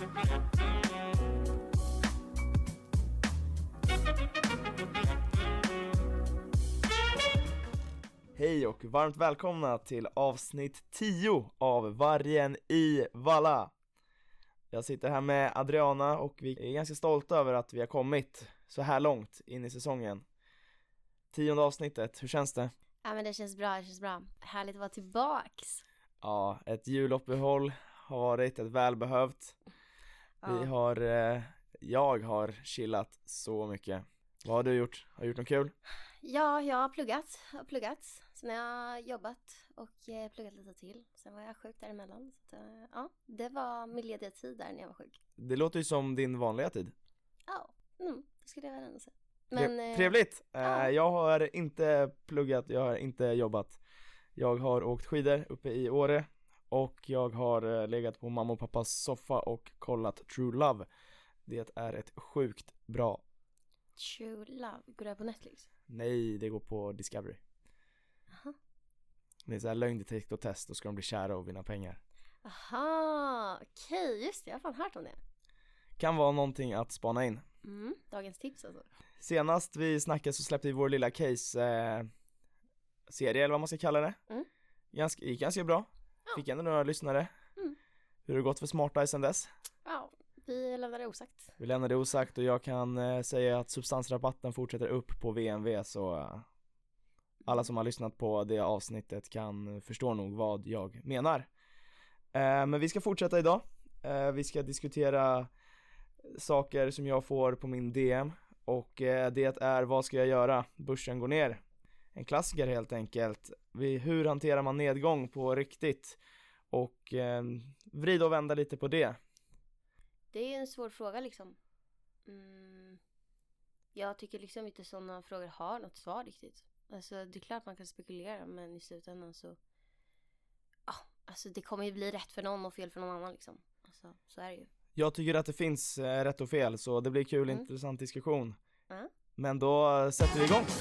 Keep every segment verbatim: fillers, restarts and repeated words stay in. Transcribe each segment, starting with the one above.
Hej och varmt välkomna till avsnitt tio av Vargen i Valla. Jag sitter här med Adriana och vi är ganska stolta över att vi har kommit så här långt in i säsongen. Tionde avsnittet, hur känns det? Ja, men det känns bra, det känns bra. Härligt att vara tillbaks. Ja, ett juluppehåll har varit ett välbehövt. Ja. Vi har, eh, jag har chillat så mycket. Vad har du gjort? Har du gjort något kul? Ja, jag har pluggat, jag har pluggat. Sen har jag jobbat och eh, pluggat lite till. Sen var jag sjuk däremellan. Så att, eh, ja, det var min lediga tid där när jag var sjuk. Det låter ju som din vanliga tid. Ja, mm, det skulle jag väl ändå säga. Men, Tre- eh, Trevligt! ja. Eh, jag har inte pluggat, jag har inte jobbat. Jag har åkt skidor uppe i Åre. Och jag har eh, legat på mamma och pappas soffa och kollat True Love. Det är ett sjukt bra. True Love, går det på Netflix? Nej, det går på Discovery. Aha. Det är så här lögndetektortest och ska de bli kära och vinna pengar. Aha, okej, okay, just det, jag har fan hört om det. Kan vara någonting att spana in. Mm, dagens tips alltså. Senast vi snackade så släppte vi vår lilla case-serie, eh, eller vad man ska kalla det. Mm. Ganska, gick ganska bra. Ja. Fick ändå några lyssnare. Mm. Hur har det gått för Smarta sen dess? Ja, vi lämnar det osagt. Vi lämnar det osagt och jag kan eh, säga att substansrabatten fortsätter upp på V M V, så eh, alla som har lyssnat på det avsnittet kan förstå nog vad jag menar. Eh, men vi ska fortsätta idag. Eh, vi ska diskutera saker som jag får på min D M och eh, det är vad ska jag göra? Börsen går ner. En klassiker helt enkelt. Vi, hur hanterar man nedgång på riktigt? Och eh, vrida och vända lite på det. Det är ju en svår fråga liksom. Mm. Jag tycker liksom inte sådana frågor har något svar riktigt. Alltså det är klart man kan spekulera, men i slutändan så ah, alltså det kommer ju bli rätt för någon och fel för någon annan liksom. Alltså så är det ju. Jag tycker att det finns eh, rätt och fel, så det blir kul, mm. intressant diskussion. Mm. Men då sätter vi igång.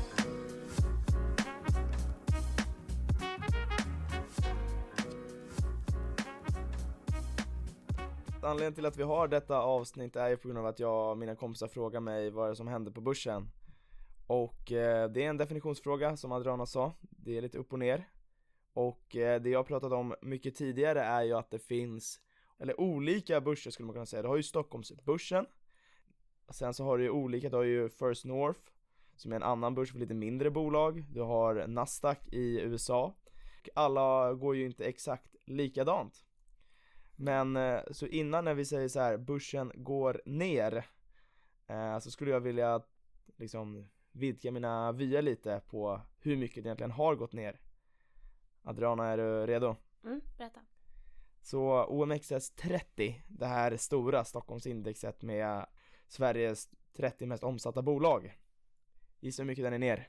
Anledningen till att vi har detta avsnitt är ju på grund av att jag och mina kompisar frågar mig vad det är som händer på börsen. Och eh, det är en definitionsfråga som Adriana sa. Det är lite upp och ner. Och eh, det jag pratat om mycket tidigare är ju att det finns, eller olika börser skulle man kunna säga. Du har ju Stockholmsbörsen. Sen så har du ju olika, du har ju First North som är en annan börs för lite mindre bolag. Du har Nasdaq i U S A. Alla går ju inte exakt likadant. Men så innan när vi säger så här, börsen går ner, eh, så skulle jag vilja liksom vidga mina vyer lite på hur mycket det egentligen har gått ner. Adriana, är du redo? Mm, berätta. Så O M X S trettio, det här stora Stockholmsindexet med Sveriges trettio mest omsatta bolag. Gissa hur mycket den är ner?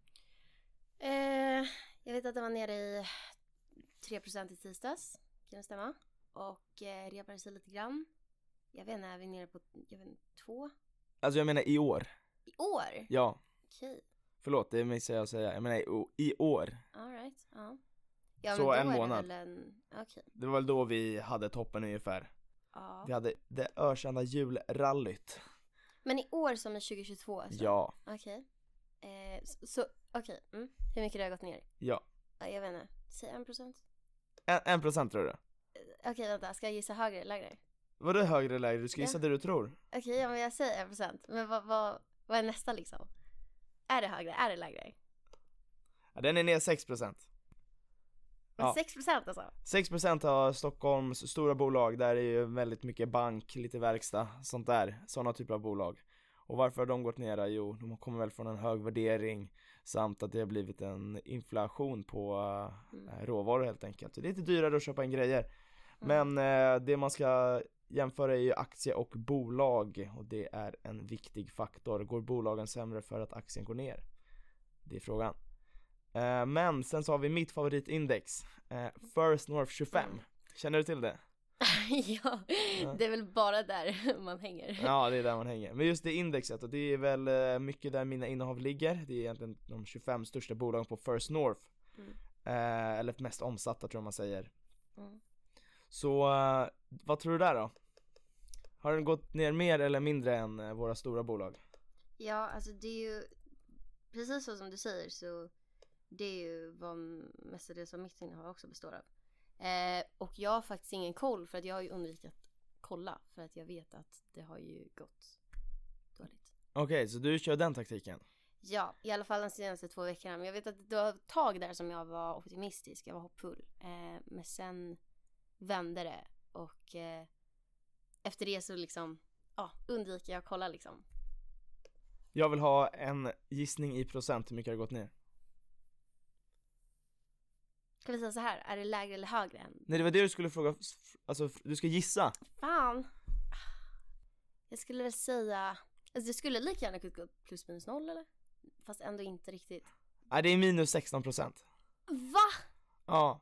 Eh, jag vet att den var nere i tre procent i tisdags, kan det stämma? Och eh, repade sig lite grann. Jag vet inte, är vi nere på jag vet inte, två? Alltså jag menar i år. I år? Ja. Okej. Förlåt, det missade jag att säga. Jag menar i, i år. All right, ja. Ja, så men då en är månad. Det, väl en... okay. Det var väl då vi hade toppen ungefär. Ja. Vi hade det ökända julrallyt. Men i år som är tjugo tjugotvå alltså? Ja. Okej. Okay. Eh, så, så okej. Okay. Mm. Hur mycket det har gått ner? Ja. Jag vet inte. Säg en procent. En, en procent tror du? Okej, okay, vänta. Ska jag gissa högre eller lägre? Vad är högre eller lägre? Du ska gissa ja. det du tror. Okej, okay, ja, men jag säger en procent. Men vad, vad, vad är nästa liksom? Är det högre? Är det lägre? Ja, den är ner sex procent. Men ja. sex procent alltså? sex procent av Stockholms stora bolag. Där är ju väldigt mycket bank, lite verkstad, sånt där. Sådana typer av bolag. Och varför har de gått ner? Jo, de kommer väl från en hög värdering samt att det har blivit en inflation på mm. råvaror helt enkelt. Så det är lite dyrare att köpa in grejer. Mm. Men eh, det man ska jämföra är ju aktie och bolag, och det är en viktig faktor. Går bolagen sämre för att aktien går ner? Det är frågan. Eh, men sen så har vi mitt favoritindex, eh, First North tjugofem. Mm. Känner du till det? ja, ja, det är väl bara där man hänger. Ja, det är där man hänger. Men just det indexet, och det är väl mycket där mina innehav ligger. Det är egentligen de tjugofem största bolagen på First North. Mm. eh, Eller mest omsatta tror jag man säger. Mm. Så, uh, vad tror du där då? Har den gått ner mer eller mindre än eh, våra stora bolag? Ja, alltså det är ju precis så som du säger, så det är ju vad mestadels av mitt innehav också består av. Eh, och jag har faktiskt ingen koll, för att jag har ju undvikit att kolla, för att jag vet att det har ju gått dåligt. Okej, okay, så du kör den taktiken? Ja, i alla fall de senaste två veckorna. Men jag vet att det var ett tag där som jag var optimistisk, jag var hoppfull. Eh, men sen vände det, och eh, efter det så liksom, ja, undviker jag att kolla liksom. Jag vill ha en gissning i procent hur mycket har det gått ner. Kan vi säga så här, är det lägre eller högre än? Nej, det var det du skulle fråga. Alltså, du ska gissa. Fan. Jag skulle väl säga, alltså det skulle lika gärna kunna gå plus minus noll, eller? Fast ändå inte riktigt. Nej, det är minus sexton procent. Va? Ja.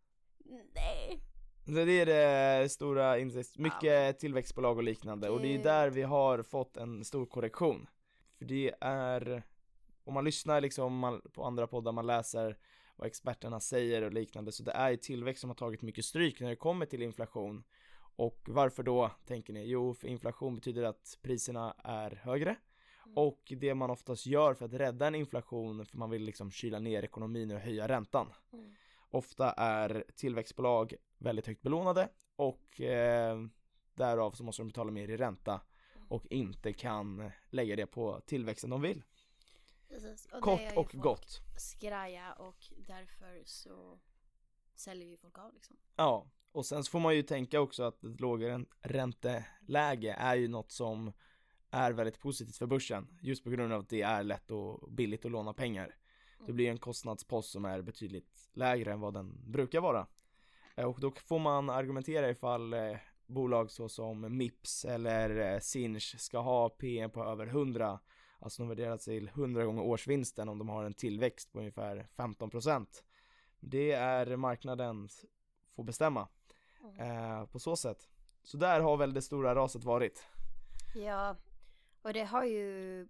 Nej. Så det är det stora index. Mycket ja. Tillväxtbolag och liknande. Och det är där vi har fått en stor korrektion. För det är, om man lyssnar liksom på andra poddar, man läser vad experterna säger och liknande, så det är ju tillväxt som har tagit mycket stryk när det kommer till inflation. Och varför då, tänker ni? Jo, för inflation betyder att priserna är högre. Mm. Och det man oftast gör för att rädda en inflation, för man vill liksom kyla ner ekonomin och höja räntan. Mm. Ofta är tillväxtbolag väldigt högt belånade, och eh, därav så måste de betala mer i ränta och inte kan lägga det på tillväxten de vill. Precis. Och kort och gott. Skraja, och därför så säljer ju folk av liksom. Ja, och sen så får man ju tänka också att ett lågare ränteläge är ju något som är väldigt positivt för börsen. Just på grund av att det är lätt och billigt att låna pengar. Det blir en kostnadspost som är betydligt lägre än vad den brukar vara. Och då får man argumentera ifall eh, bolag så som Mips eller eh, Sinch ska ha P E på över hundra. Alltså de värderas till hundra gånger årsvinsten om de har en tillväxt på ungefär femton procent. Det är marknaden får bestämma eh, på så sätt. Så där har väl det stora raset varit. Ja, och det har ju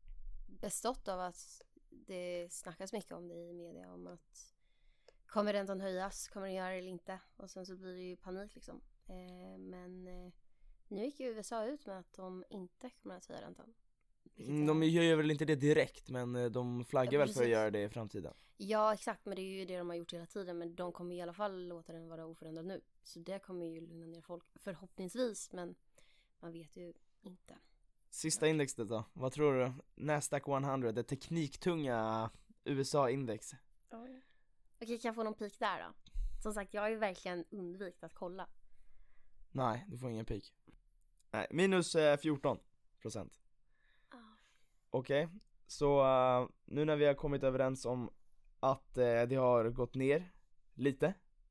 bestått av att det snackas mycket om det i media, om att kommer räntan höjas, kommer den göra det eller inte, och sen så blir det ju panik liksom. Eh, men eh, nu gick ju U S A ut med att de inte kommer att höja räntan. De gör väl inte det direkt, men de flaggar ja, väl för att göra det i framtiden. Ja, exakt, men det är ju det de har gjort hela tiden. Men de kommer i alla fall låta den vara oförändrad nu. Så det kommer ju lugna ner folk, förhoppningsvis, men man vet ju inte. Sista indexet då, vad tror du? Nasdaq hundra, det tekniktunga U S A-index. Okej, okay, kan jag få någon pik där då? Som sagt, jag har ju verkligen undvikit att kolla. Nej, du får ingen pik. Nej, minus eh, fjorton procent. Okej, okay. Så uh, nu när vi har kommit överens om att uh, det har gått ner lite,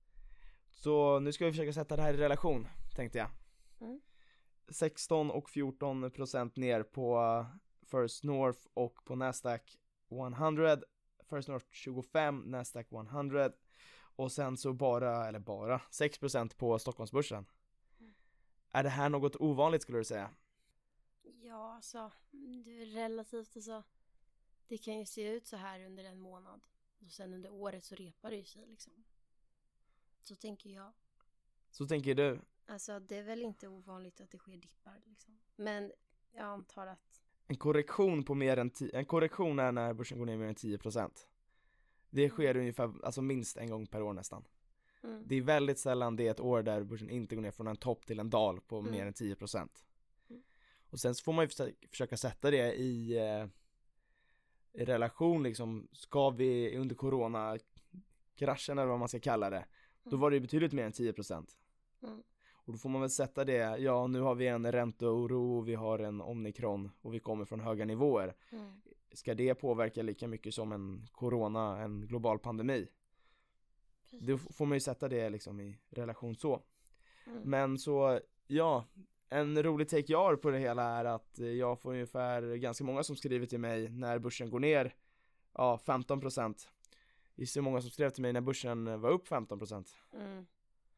så nu ska vi försöka sätta det här i relation, tänkte jag. Mm. sexton och fjorton procent ner på uh, First North och på Nasdaq hundra. First North tjugofem, Nasdaq hundra. Och sen så bara, eller bara, sex procent på Stockholmsbörsen. Mm. Är det här något ovanligt, skulle du säga? Ja, alltså, det är relativt, alltså, det kan ju se ut så här under en månad. Och sen under året så repar det ju sig liksom. Så tänker jag. Så tänker du? Alltså, det är väl inte ovanligt att det sker dippar liksom. Men jag antar att En korrektion på mer än tio, en korrektion är när börsen går ner mer än tio procent. Det sker mm. ungefär, alltså minst en gång per år nästan. Mm. Det är väldigt sällan det är ett år där börsen inte går ner från en topp till en dal på mm. mer än tio procent. Och sen så får man ju försöka, försöka sätta det i, eh, i relation liksom. Ska vi under corona-kraschen eller vad man ska kalla det, mm. då var det ju betydligt mer än tio procent. Mm. Och då får man väl sätta det, ja nu har vi en ränteoro, vi har en omikron och vi kommer från höga nivåer. Mm. Ska det påverka lika mycket som en corona, en global pandemi? Precis. Då får man ju sätta det liksom i relation så. Mm. Men så, ja... En rolig take jag har på det hela är att jag får ungefär ganska många som skriver till mig när börsen går ner, ja, femton procent. Det är så många som skrev till mig när börsen var upp femton procent. Mm.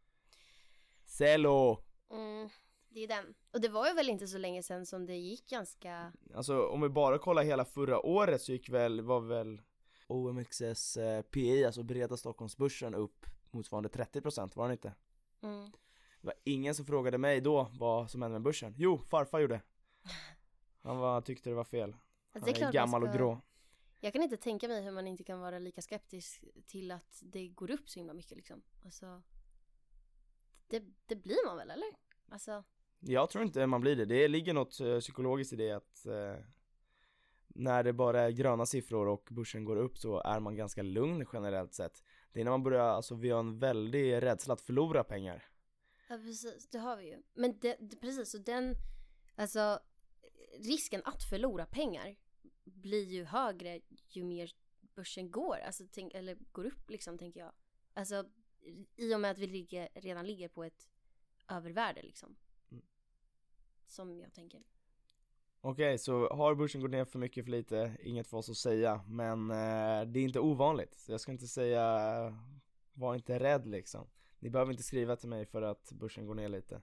Cello! Mm, det är den. Och det var ju väl inte så länge sedan som det gick ganska... Alltså om vi bara kollar hela förra året så gick väl, var väl O M X S P I, alltså breda Stockholmsbörsen, upp motsvarande trettio procent, var det inte? Mm. Det var ingen som frågade mig då vad som hände med börsen. Jo, farfar gjorde. Han var, tyckte det var fel. Han Alltså, det är är klart gammal man och ska- grå. Jag kan inte tänka mig hur man inte kan vara lika skeptisk till att det går upp så himla mycket liksom. Alltså, det, det blir man väl, eller? Alltså, Jag tror inte man blir det. Det ligger något eh, psykologiskt i det att eh, när det bara är gröna siffror och börsen går upp så är man ganska lugn generellt sett. Det är när man börjar, alltså vi har en väldig rädsla att förlora pengar. ja precis, det har vi ju. Men det, det, precis, så den, alltså risken att förlora pengar blir ju högre ju mer börsen går, alltså tänk, eller går upp liksom, tänker jag. Alltså i och med att vi ligger, redan ligger på ett övervärde liksom. Mm. Som jag tänker. Okej, så har börsen gått ner för mycket för lite, inget för oss att säga, men eh, det är inte ovanligt. Så jag ska inte säga, var inte rädd liksom. Ni behöver inte skriva till mig för att börsen går ner lite.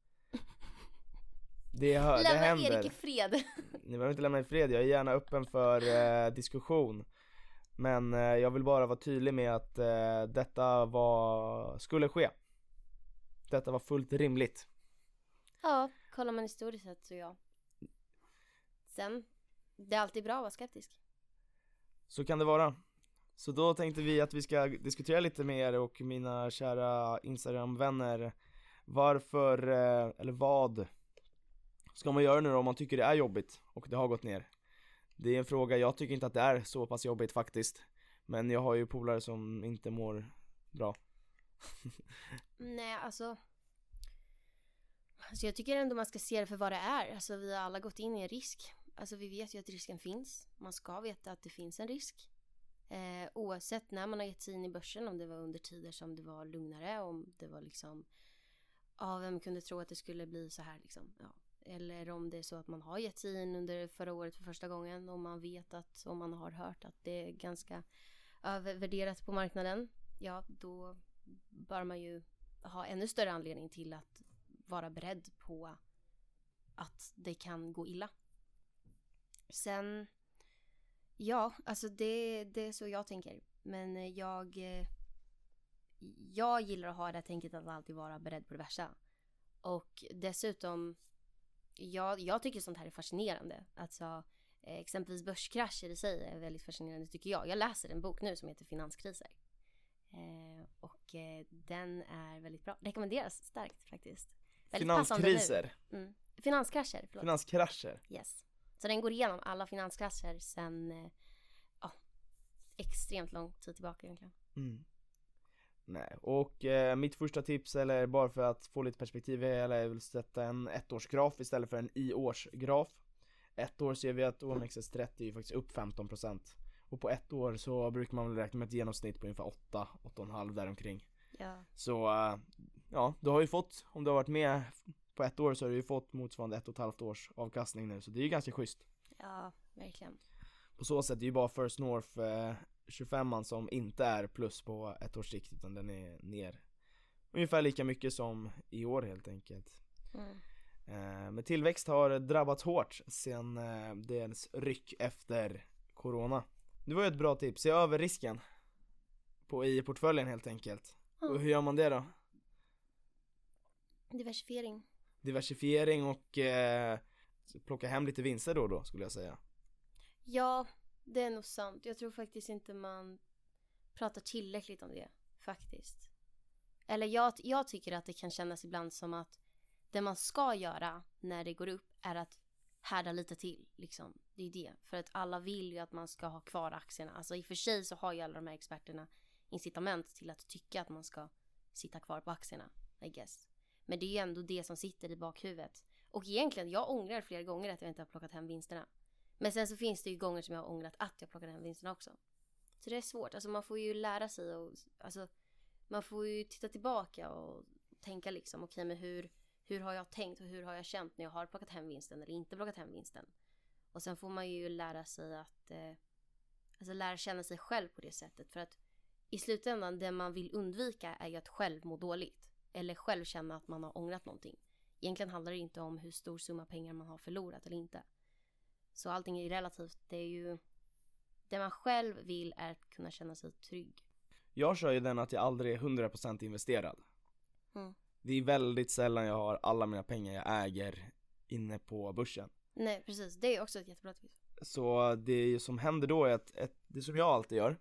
Det, hör, det Lämna händer. Erik i fred. Ni behöver inte lämna i fred, jag är gärna öppen för eh, diskussion. Men eh, jag vill bara vara tydlig med att eh, detta var, skulle ske. Detta var fullt rimligt. Ja, kollar man historiskt sett så ja. Sen, det är alltid bra att vara skeptisk. Så kan det vara. Så då tänkte vi att vi ska diskutera lite med er och mina kära Instagram-vänner. Varför, eh, eller vad ska man göra nu då om man tycker det är jobbigt och det har gått ner? Det är en fråga, jag tycker inte att det är så pass jobbigt faktiskt. Men jag har ju polare som inte mår bra. Nej, alltså... Alltså jag tycker ändå man ska se det för vad det är. Alltså vi har alla gått in i en risk. Alltså vi vet ju att risken finns. Man ska veta att det finns en risk. Eh, oavsett när man har gett sig in i börsen. Om det var under tider som det var lugnare. Om det var liksom... Ja, vem kunde tro att det skulle bli så här liksom. Ja. Eller om det är så att man har gett sig in under förra året för första gången. Och man vet att, om man har hört att det är ganska övervärderat på marknaden. Ja, då bör man ju ha ännu större anledning till att vara beredd på att det kan gå illa. Sen, ja, alltså det, det är så jag tänker. Men jag, jag gillar att ha det tänket att alltid vara beredd på det värsta. Och dessutom, jag, jag tycker sånt här är fascinerande. Alltså, exempelvis börskrascher i sig är väldigt fascinerande tycker jag. Jag läser en bok nu som heter Finanskriser. Eh, och eh, den är väldigt bra. Rekommenderas starkt faktiskt. Väldigt Finanskriser. Mm. Finanskrascher, förlåt. Finanskrascher. Yes. Så den går igenom alla finanskrascher sen eh, ja, extremt lång tid tillbaka egentligen. Mm. Nej, och eh, mitt första tips, eller bara för att få lite perspektiv, är att jag vill sätta en ettårsgraf istället för en i-årsgraf. Ett år ser vi att O M X S trettio är faktiskt upp femton procent. Och på ett år så brukar man väl räkna med ett genomsnitt på ungefär åtta, åtta komma fem däromkring. Ja. Så ja, du har ju fått, om du har varit med på ett år så har du ju fått motsvarande ett och ett halvt års avkastning nu. Så det är ju ganska schysst. Ja, verkligen. På så sätt är det ju bara First North eh, tjugofem som inte är plus på ett års sikt, utan den är ner ungefär lika mycket som i år helt enkelt. Mm. Eh, men tillväxt har drabbats hårt sen eh, dels ryck efter corona. Det var ju ett bra tips, se över risken på i portföljen helt enkelt. Mm. Och hur gör man det då? Diversifiering. Diversifiering och eh, plocka hem lite vinster då och då skulle jag säga. Ja, det är nog sant. Jag tror faktiskt inte man pratar tillräckligt om det faktiskt. Eller jag, jag tycker att det kan kännas ibland som att det man ska göra när det går upp är att härda lite till liksom. Det är det. För att alla vill ju att man ska ha kvar aktierna. Alltså i och för sig så har ju alla de här experterna incitament till att tycka att man ska sitta kvar på aktierna, I guess. Men det är ju ändå det som sitter i bakhuvudet. Och egentligen, jag ångrar flera gånger att jag inte har plockat hem vinsterna. Men sen så finns det ju gånger som jag har ångrat att jag plockade hem vinsterna också. Så det är svårt. Alltså man får ju lära sig och alltså man får ju titta tillbaka och tänka liksom, okej, okay, men hur hur har jag tänkt och hur har jag känt när jag har plockat hem vinsten eller inte plockat hem vinsten. Och sen får man ju lära sig att eh, alltså lära känna sig själv på det sättet. För att i slutändan, det man vill undvika är ju att själv må dåligt. Eller själv känna att man har ångrat någonting. Egentligen handlar det inte om hur stor summa pengar man har förlorat eller inte. Så allting är ju relativt. Det är ju det man själv vill är att kunna känna sig trygg. Jag kör ju den att jag aldrig är hundra procent investerad. Mm. det är väldigt sällan jag har alla mina pengar jag äger inne på börsen. Nej, precis. Det är också ett jättebra tips. Så det som händer då är att ett, det som jag alltid gör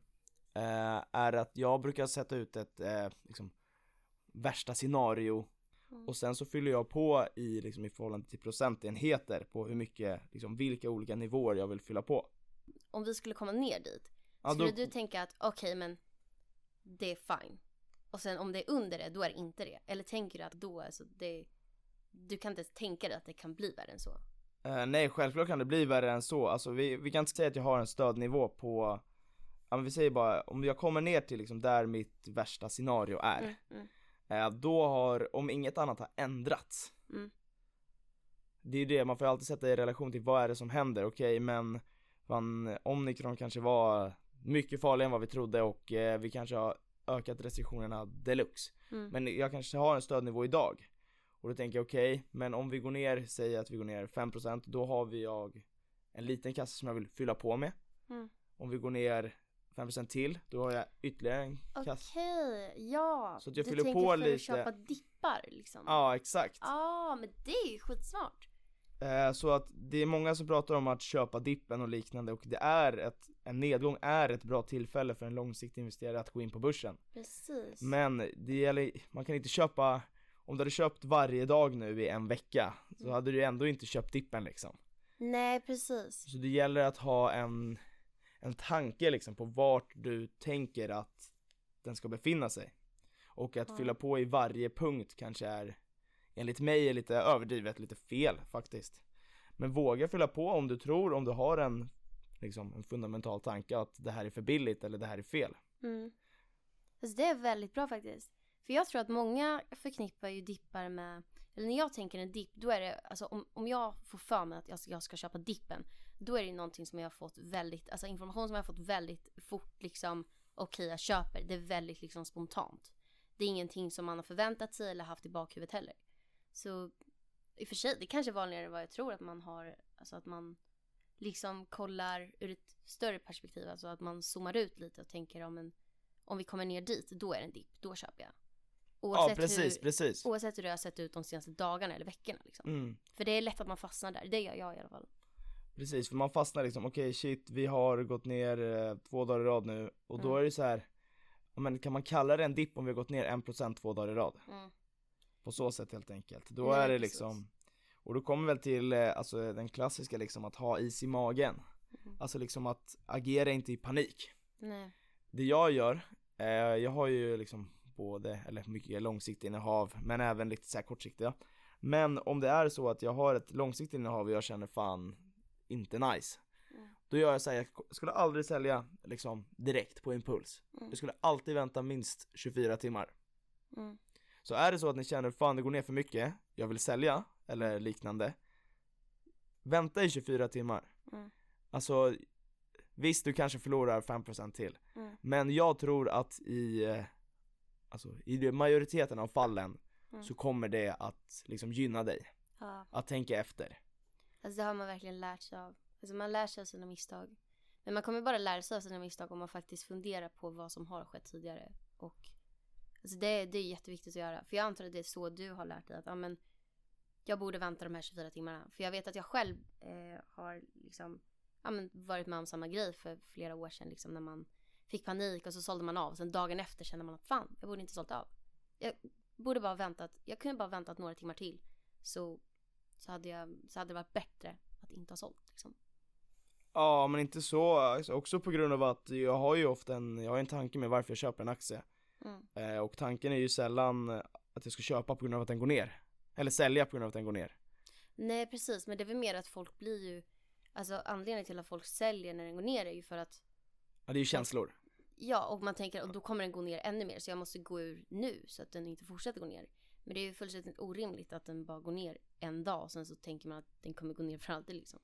eh, är att jag brukar sätta ut ett eh, liksom, värsta scenario. Mm. Och sen så fyller jag på i, liksom, i förhållande till procentenheter på hur mycket, liksom, vilka olika nivåer jag vill fylla på. Om vi skulle komma ner dit, ja, skulle då... du tänka att okej, okay, men det är fine. Och sen om det är under det, då är det inte det. Eller tänker du att då, alltså, det, du kan inte tänka dig att det kan bli värre än så? Uh, nej, självklart kan det bli värre än så. Alltså vi, vi kan inte säga att jag har en stödnivå på, ja, men vi säger bara, om jag kommer ner till liksom där mitt värsta scenario är. Mm, mm. Uh, då har, om inget annat har ändrats. Mm. Det är ju det, man får alltid sätta i relation till vad är det som händer. Okej, okay, men fan, Omicron kanske var mycket farligare än vad vi trodde och uh, vi kanske har ökat restriktionerna deluxe. Mm. Men jag kanske har en stödnivå idag. Och då tänker jag okej, okay, men om vi går ner, säger att vi går ner fem procent, då har vi jag en liten kassa som jag vill fylla på med. Mm. Om vi går ner fem procent till, då har jag ytterligare en kassa. Okej, okay, ja. Så att jag du fyller tänker på för lite. Att köpa dippar liksom. Ja, exakt. Ja, ah, men det är ju skitsmart. Eh, så att det är många som pratar om att köpa dippen och liknande, och det är ett, en nedgång är ett bra tillfälle för en långsiktig investerare att gå in på börsen. Precis. Men det gäller, man kan inte köpa, om du hade köpt varje dag nu i en vecka, så mm. hade du ändå inte köpt dippen liksom. Nej, precis. Så det gäller att ha en, en tanke liksom på vart du tänker att den ska befinna sig. Och att ja. fylla på i varje punkt kanske är, enligt mig, är lite överdrivet, lite fel faktiskt. Men våga fylla på om du tror, om du har en, liksom, en fundamental tanke att det här är för billigt eller det här är fel. Mm. Alltså det är väldigt bra faktiskt. För jag tror att många förknippar ju dippar med, eller när jag tänker en dipp, då är det, alltså om, om jag får för mig att jag ska, jag ska köpa dippen, då är det någonting som jag har fått väldigt, alltså information som jag har fått väldigt fort liksom, okej, okay, jag köper. Det är väldigt liksom spontant. Det är ingenting som man har förväntat sig eller haft i bakhuvudet heller. Så i och för sig, det kanske är vanligare än vad jag tror att man har, alltså att man liksom kollar ur ett större perspektiv, alltså att man zoomar ut lite och tänker om en, om vi kommer ner dit, då är det en dipp, då köper jag. Oavsett, ja, precis, hur, precis. oavsett hur det har sett ut de senaste dagarna eller veckorna liksom. Mm. För det är lätt att man fastnar där, det gör jag i alla fall. Precis, för man fastnar liksom, okej okay, shit, vi har gått ner eh, två dagar i rad nu. Och mm. då är det så här, men kan man kalla det en dipp om vi har gått ner en procent två dagar i rad? Mm. På så sätt helt enkelt. Då Nej, är det liksom precis. Och då kommer väl till eh, alltså den klassiska liksom, att ha is i magen. Mm. Alltså liksom att agera inte i panik. Nej. Det jag gör, eh, jag har ju liksom både, eller mycket långsiktigt innehav, men även lite så här kortsiktiga. Men om det är så att jag har ett långsiktigt innehav och jag känner fan inte nice, mm. då gör jag så här, jag skulle aldrig sälja liksom direkt på impuls. Mm. Jag skulle alltid vänta minst tjugofyra timmar. Mm. Så är det så att ni känner fan det går ner för mycket, jag vill sälja eller liknande, vänta i tjugofyra timmar. Mm. Alltså visst, du kanske förlorar fem procent till. Mm. Men jag tror att i alltså i majoriteten av fallen mm. så kommer det att liksom gynna dig. Ja. Att tänka efter. Alltså det har man verkligen lärt sig av. Alltså man lär sig av sina misstag. Men man kommer bara lära sig av sina misstag om man faktiskt funderar på vad som har skett tidigare. Och alltså det, det är jätteviktigt att göra. För jag antar att det är så du har lärt dig att ja, men, jag borde vänta de här tjugofyra timmarna. För jag vet att jag själv eh, har liksom, ja, men, varit med om samma grej för flera år sedan. Liksom, när man fick panik och så sålde man av. Och sen dagen efter kände man att fan, jag borde inte sålt av. Jag borde bara väntat, jag kunde bara väntat några timmar till. Så, så, hade, jag, så hade det varit bättre att inte ha sålt. Liksom. Ja, men inte så. Alltså, också på grund av att jag har ju ofta en, jag har en tanke med varför jag köper en aktie. Mm. Eh, och tanken är ju sällan att jag ska köpa på grund av att den går ner. Eller sälja på grund av att den går ner. Nej, precis. Men det är väl mer att folk blir ju, alltså anledningen till att folk säljer när den går ner är ju för att ja, det är ju känslor. Ja, och man tänker och då kommer den gå ner ännu mer, så jag måste gå ur nu så att den inte fortsätter gå ner. Men det är ju fullständigt orimligt att den bara går ner en dag och sen så tänker man att den kommer gå ner för alltid liksom.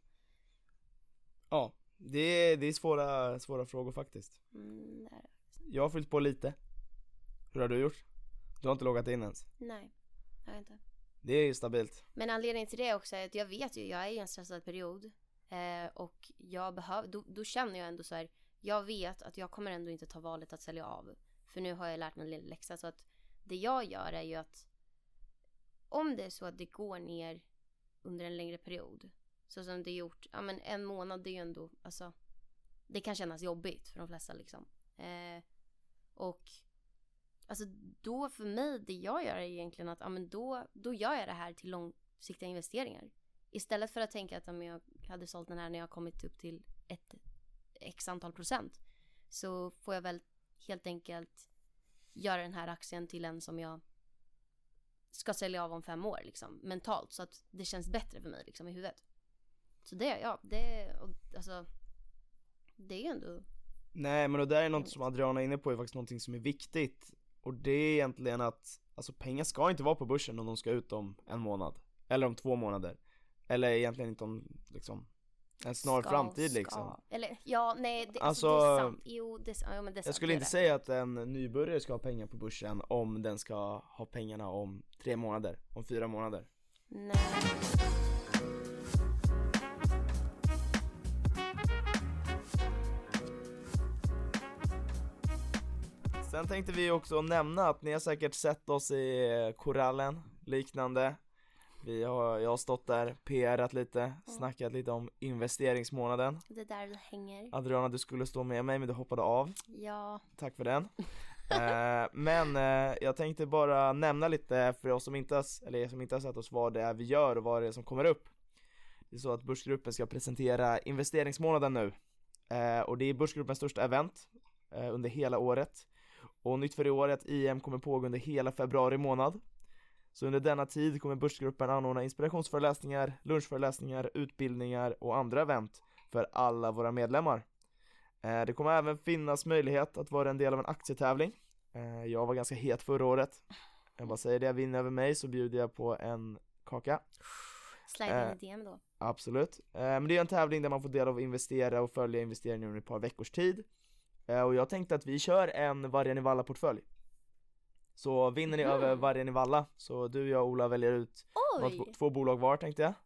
Ja, det är, det är svåra, svåra frågor faktiskt. Mm, nej. Jag har fyllt på lite. Hur har du gjort? Du har inte loggat in ens? Nej, jag har inte. Det är ju stabilt. Men anledningen till det också är att jag vet ju, jag är i en stressad period. Eh, och jag behöver, då, då känner jag ändå så här, jag vet att jag kommer ändå inte ta valet att sälja av. För nu har jag lärt mig en liten läxa. Så att det jag gör är ju att om det är så att det går ner under en längre period, så som det gjort, ja men en månad, det är ju ändå, alltså det kan kännas jobbigt för de flesta liksom. Eh, och alltså då för mig, det jag gör är egentligen att ja men då, då gör jag det här till långsiktiga investeringar. Istället för att tänka att om jag hade sålt den här när jag kommit upp till ett x antal procent, så får jag väl helt enkelt göra den här aktien till en som jag ska sälja av om fem år liksom, mentalt, så att det känns bättre för mig liksom i huvudet. Så det, ja, det, och, alltså det är ju ändå. Nej, men det där är något som Adriana är inne på, är faktiskt någonting som är viktigt. Och det är egentligen att alltså pengar ska inte vara på börsen om de ska ut om en månad. Eller om två månader. Eller egentligen inte om liksom en snar ska, framtid ska. liksom. Eller, ja, nej, det, alltså, alltså, det är sant. Jo, det, ja, men det är sant. Jag skulle inte säga att en nybörjare ska ha pengar på börsen om den ska ha pengarna om tre månader, om fyra månader. Nej. Sen tänkte vi också nämna att ni har säkert sett oss i Korallen, liknande. Vi har, jag har stått där, P R-at lite, mm. snackat lite om investeringsmånaden. Det är där vi hänger. Adriana, du skulle stå med mig men du hoppade av. Ja. Tack för den. eh, men eh, jag tänkte bara nämna lite för oss som inte har, eller er som inte har sett oss, vad det är vi gör och vad det är som kommer upp. Det är så att Börsgruppen ska presentera investeringsmånaden nu. Eh, och det är Börsgruppens största event eh, under hela året. Och nytt för i år är att I M kommer pågå under hela februari månad. Så under denna tid kommer Börsgruppen anordna inspirationsföreläsningar, lunchföreläsningar, utbildningar och andra event för alla våra medlemmar. Det kommer även finnas möjlighet att vara en del av en aktietävling. Jag var ganska het förra året. Jag bara säger det, jag vinner över mig så bjuder jag på en kaka. Slide in i D M då. Absolut. Men det är en tävling där man får del av att investera och följa investeringar under ett par veckors tid. Och jag tänkte att vi kör en Vargen i Valla-portfölj. Så vinner ni mm. över Vargen i Valla, så du, jag och Ola väljer ut något, två bolag var, tänkte jag.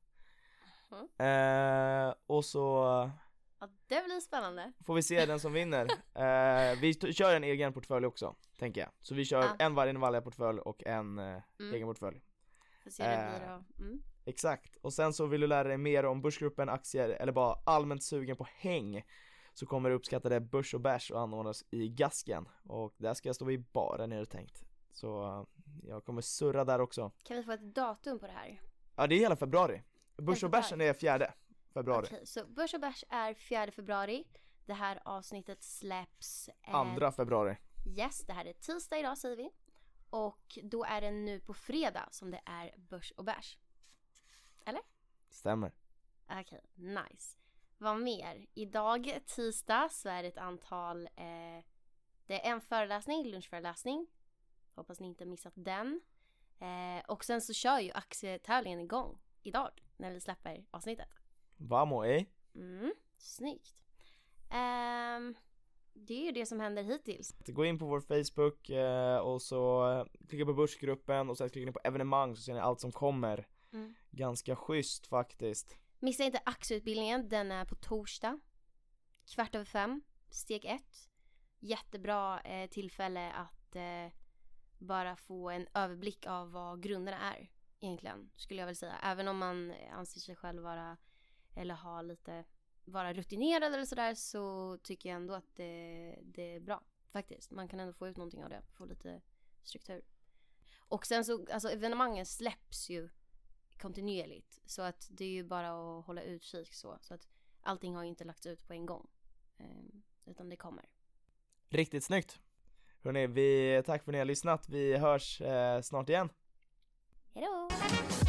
Mm. Eh, och så ja, det blir spännande. Får vi se den som vinner. eh, Vi t- kör en egen portfölj också, tänker jag. Så vi kör ah. en Vargen i Valla-portfölj och en eh, mm. egen portfölj. Får se det blir då. Mm. Exakt. Och sen så vill du lära dig mer om Börsgruppen, aktier eller bara allmänt sugen på häng, så kommer det uppskattade Börs och Bärs och anordnas i Gasken. Och där ska jag stå i baren, är det tänkt. Så jag kommer surra där också. Kan vi få ett datum på det här? Ja, det är hela februari. Börs och Bärsen är fjärde februari. Okej, så Börs och Bärs är fjärde februari. Det här avsnittet släpps eh... andra februari. Yes, det här är tisdag idag, säger vi. Och då är det nu på fredag som det är Börs och Bärs. Eller? Stämmer. Okej, nice. Vad mer? Idag, tisdag, så är det ett antal eh, det är en föreläsning, lunchföreläsning. Hoppas ni inte missat den. Eh, och sen så kör ju aktietävlingen igång idag när vi släpper avsnittet. Vamo, eh? Mm, snyggt. Eh, det är ju det som händer hittills. Gå in på vår Facebook eh, och så eh, klicka på Börsgruppen och sen klicka på evenemang, så ser ni allt som kommer. Mm. Ganska schysst faktiskt. Missa inte aktieutbildningen, den är på torsdag. Kvart över fem, steg ett. Jättebra eh, tillfälle att eh, bara få en överblick av vad grunderna är egentligen, skulle jag väl säga. Även om man anser sig själv vara eller ha lite vara rutinerad eller sådär, så tycker jag ändå att det, det är bra faktiskt. Man kan ändå få ut någonting av det, få lite struktur. Och sen så, alltså evenemangen släpps ju kontinuerligt, så att det är ju bara att hålla utkik så, så att allting har inte lagts ut på en gång, um, utan det kommer. Riktigt snyggt. Hörrni, vi, tack för att ni har lyssnat. Vi hörs eh, snart igen. Hejdå!